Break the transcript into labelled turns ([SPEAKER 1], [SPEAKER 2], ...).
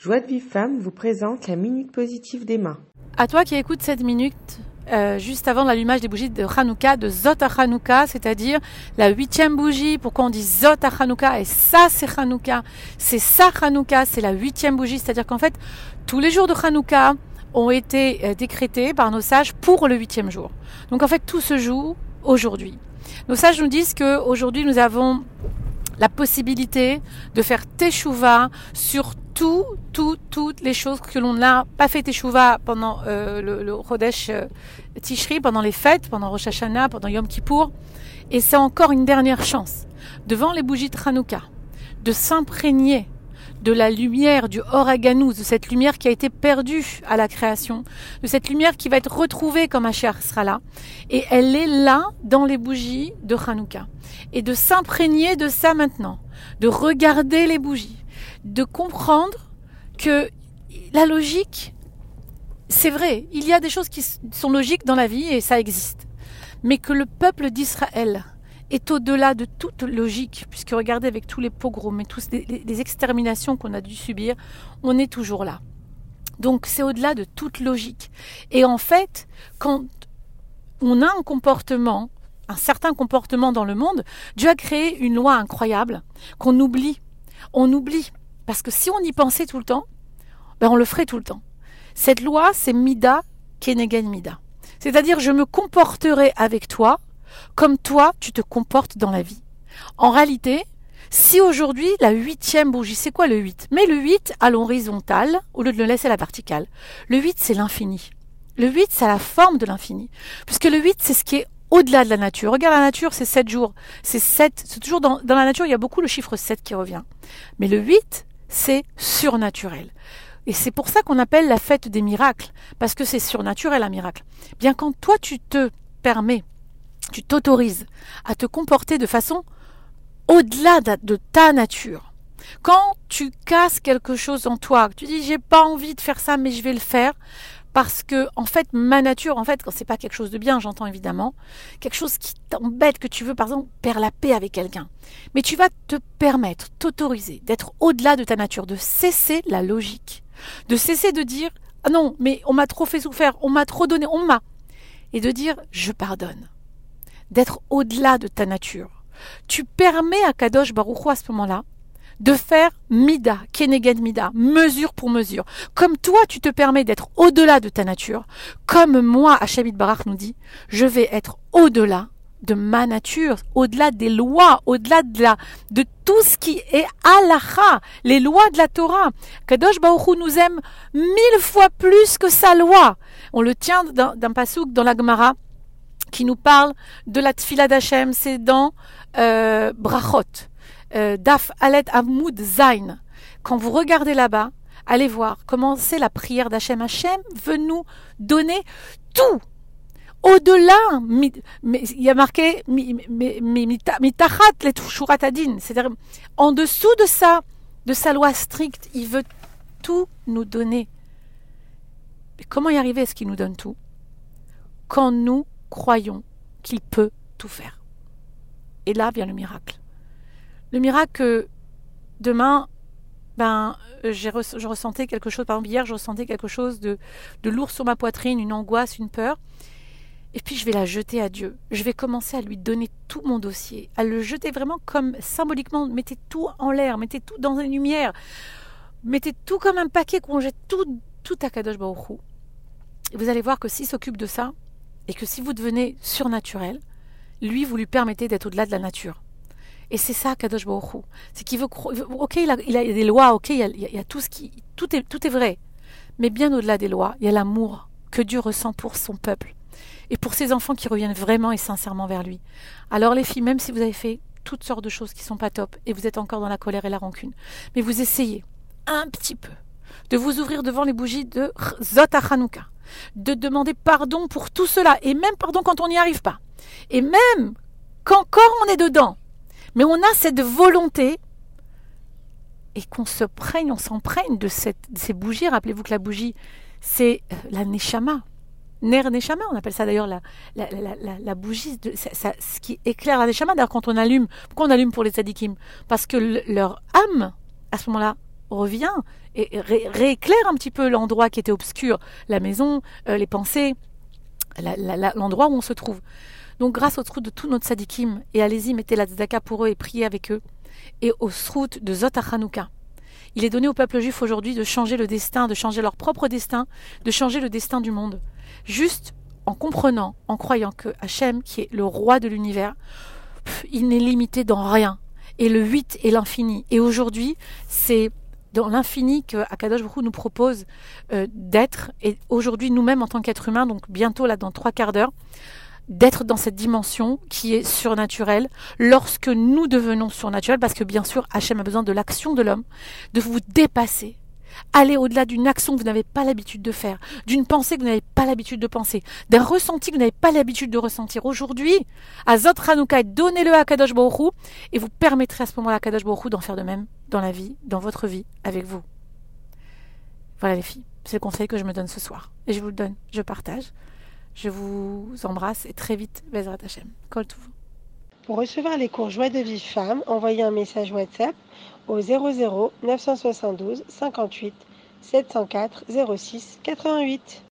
[SPEAKER 1] Joie de Vive Femme vous présente la Minute Positive d'Emma.
[SPEAKER 2] À toi qui écoutes cette minute, juste avant l'allumage des bougies de Hanouka, de Zot HaChanouka, c'est-à-dire la 8e bougie. Pourquoi on dit Zot HaChanouka et ça c'est Hanouka, c'est ça Hanouka, c'est la 8e bougie, c'est-à-dire qu'en fait tous les jours de Hanouka ont été décrétés par nos sages pour le 8e jour. Donc en fait tout se joue aujourd'hui. Nos sages nous disent qu'aujourd'hui nous avons la possibilité de faire teshuva sur toutes les choses que l'on n'a pas fait teshuva pendant le Chodesh Tishri, pendant les fêtes, pendant Rosh Hashanah, pendant Yom Kippour. Et c'est encore une dernière chance, devant les bougies de Hanouka, de s'imprégner de la lumière du Or HaGanuz, de cette lumière qui a été perdue à la création, de cette lumière qui va être retrouvée quand Mashiach sera là. Et elle est là dans les bougies de Hanouka. Et de s'imprégner de ça maintenant, de regarder les bougies, de comprendre que la logique, c'est vrai, il y a des choses qui sont logiques dans la vie et ça existe. Mais que le peuple d'Israël est au-delà de toute logique, puisque regardez avec tous les pogroms et tous les exterminations qu'on a dû subir, on est toujours là. Donc c'est au-delà de toute logique. Et en fait, quand on a un certain comportement dans le monde, Dieu a créé une loi incroyable qu'on oublie. On oublie. Parce que si on y pensait tout le temps, on le ferait tout le temps. Cette loi, c'est Mida Keneged Mida. C'est-à-dire, je me comporterai avec toi comme toi, tu te comportes dans la vie. En réalité, si aujourd'hui, la 8e bougie, c'est quoi le 8 ? Mets le 8 à l'horizontale au lieu de le laisser à la verticale. Le 8, c'est l'infini. Le 8, c'est la forme de l'infini. Puisque le 8, c'est ce qui est au-delà de la nature. Regarde, la nature, c'est 7 jours. C'est 7. C'est toujours dans la nature, il y a beaucoup le chiffre 7 qui revient. Mais le 8, c'est surnaturel. Et c'est pour ça qu'on appelle la fête des miracles. Parce que c'est surnaturel, un miracle. Bien quand toi, tu te permets, tu t'autorises à te comporter de façon au-delà de ta nature. Quand tu casses quelque chose en toi, que tu dis, j'ai pas envie de faire ça, mais je vais le faire, parce que, en fait, ma nature, quand c'est pas quelque chose de bien, j'entends évidemment, quelque chose qui t'embête, que tu veux, par exemple, perdre la paix avec quelqu'un. Mais tu vas te permettre, t'autoriser, d'être au-delà de ta nature, de cesser la logique. De cesser de dire, ah non, mais on m'a trop fait souffrir, on m'a trop donné, Et de dire, je pardonne. D'être au-delà de ta nature. Tu permets à Kadosh Baruch Hu à ce moment-là, de faire Mida, Keneged Mida, mesure pour mesure. Comme toi, tu te permets d'être au-delà de ta nature, comme moi, Hachem Yitbarach nous dit, je vais être au-delà de ma nature, au-delà des lois, au-delà de tout ce qui est halacha, les lois de la Torah. Kadosh Baruch Hu nous aime 1000 fois plus que sa loi. On le tient d'un pasouk dans la Gemara qui nous parle de la Tfila d'Hachem, c'est dans Brachot. Daf Alet Amoud Zain. Quand vous regardez là-bas, allez voir comment c'est la prière d'Hachem. Hachem veut nous donner tout. Au-delà, mais il y a marqué mitachat les shurat hadin, c'est-à-dire en dessous de ça, de sa loi stricte, il veut tout nous donner. Mais comment y arriver à ce qu'il nous donne tout ? Quand nous croyons qu'il peut tout faire. Et là vient le miracle. Le miracle, demain, je ressentais quelque chose, par exemple hier, je ressentais quelque chose de lourd sur ma poitrine, une angoisse, une peur. Et puis je vais la jeter à Dieu. Je vais commencer à lui donner tout mon dossier, à le jeter vraiment comme symboliquement, mettez tout en l'air, mettez tout dans la lumière, mettez tout comme un paquet qu'on jette tout à Kadosh Baruch Hu. Et vous allez voir que s'il s'occupe de ça, et que si vous devenez surnaturel, lui, vous lui permettez d'être au-delà de la nature. Et c'est ça, Kadosh Baruch Hu. C'est qu'il veut, ok, il a des lois, ok, il y a tout est vrai. Mais bien au-delà des lois, il y a l'amour que Dieu ressent pour son peuple. Et pour ses enfants qui reviennent vraiment et sincèrement vers lui. Alors les filles, même si vous avez fait toutes sortes de choses qui ne sont pas top, et vous êtes encore dans la colère et la rancune, mais vous essayez un petit peu de vous ouvrir devant les bougies de Zot HaChanouka, de demander pardon pour tout cela, et même pardon quand on n'y arrive pas, et même qu'encore on est dedans, mais on a cette volonté, et qu'on s'emprègne de ces bougies. Rappelez-vous que la bougie, c'est la Neshama. Ner Neshama, on appelle ça d'ailleurs la bougie, ce qui éclaire la Neshama. D'ailleurs, quand on allume, pourquoi on allume pour les tzadikim ? Parce que leur âme, à ce moment-là, revient et rééclaire un petit peu l'endroit qui était obscur, la maison, les pensées, l'endroit où on se trouve. Donc grâce au srout de tous nos tzadikim, et allez-y, mettez la tzedaka pour eux et priez avec eux, et au srout de Zot HaChanouka. Il est donné au peuple juif aujourd'hui de changer le destin, de changer leur propre destin, de changer le destin du monde. Juste en comprenant, en croyant que Hachem, qui est le roi de l'univers, il n'est limité dans rien. Et le 8 est l'infini. Et aujourd'hui, c'est dans l'infini que Akadosh Baruch Hu nous propose d'être. Et aujourd'hui, nous-mêmes, en tant qu'êtres humains, donc bientôt, là, dans 3 quarts d'heure, d'être dans cette dimension qui est surnaturelle, lorsque nous devenons surnaturels, parce que bien sûr, Hachem a besoin de l'action de l'homme, de vous dépasser, aller au-delà d'une action que vous n'avez pas l'habitude de faire, d'une pensée que vous n'avez pas l'habitude de penser, d'un ressenti que vous n'avez pas l'habitude de ressentir. Aujourd'hui, à Zot Hanouka, donnez-le à Kadosh Baruch Hu, et vous permettrez à ce moment-là à Kadosh Baruch Hu d'en faire de même dans la vie, dans votre vie, avec vous. Voilà les filles, c'est le conseil que je me donne ce soir. Et je vous le donne, je partage. Je vous embrasse et très vite, Bezrat Hashem. Kol Touv.
[SPEAKER 3] Pour recevoir les cours Joie de Vive Femme, envoyez un message WhatsApp au 00 972 58 704 06 88.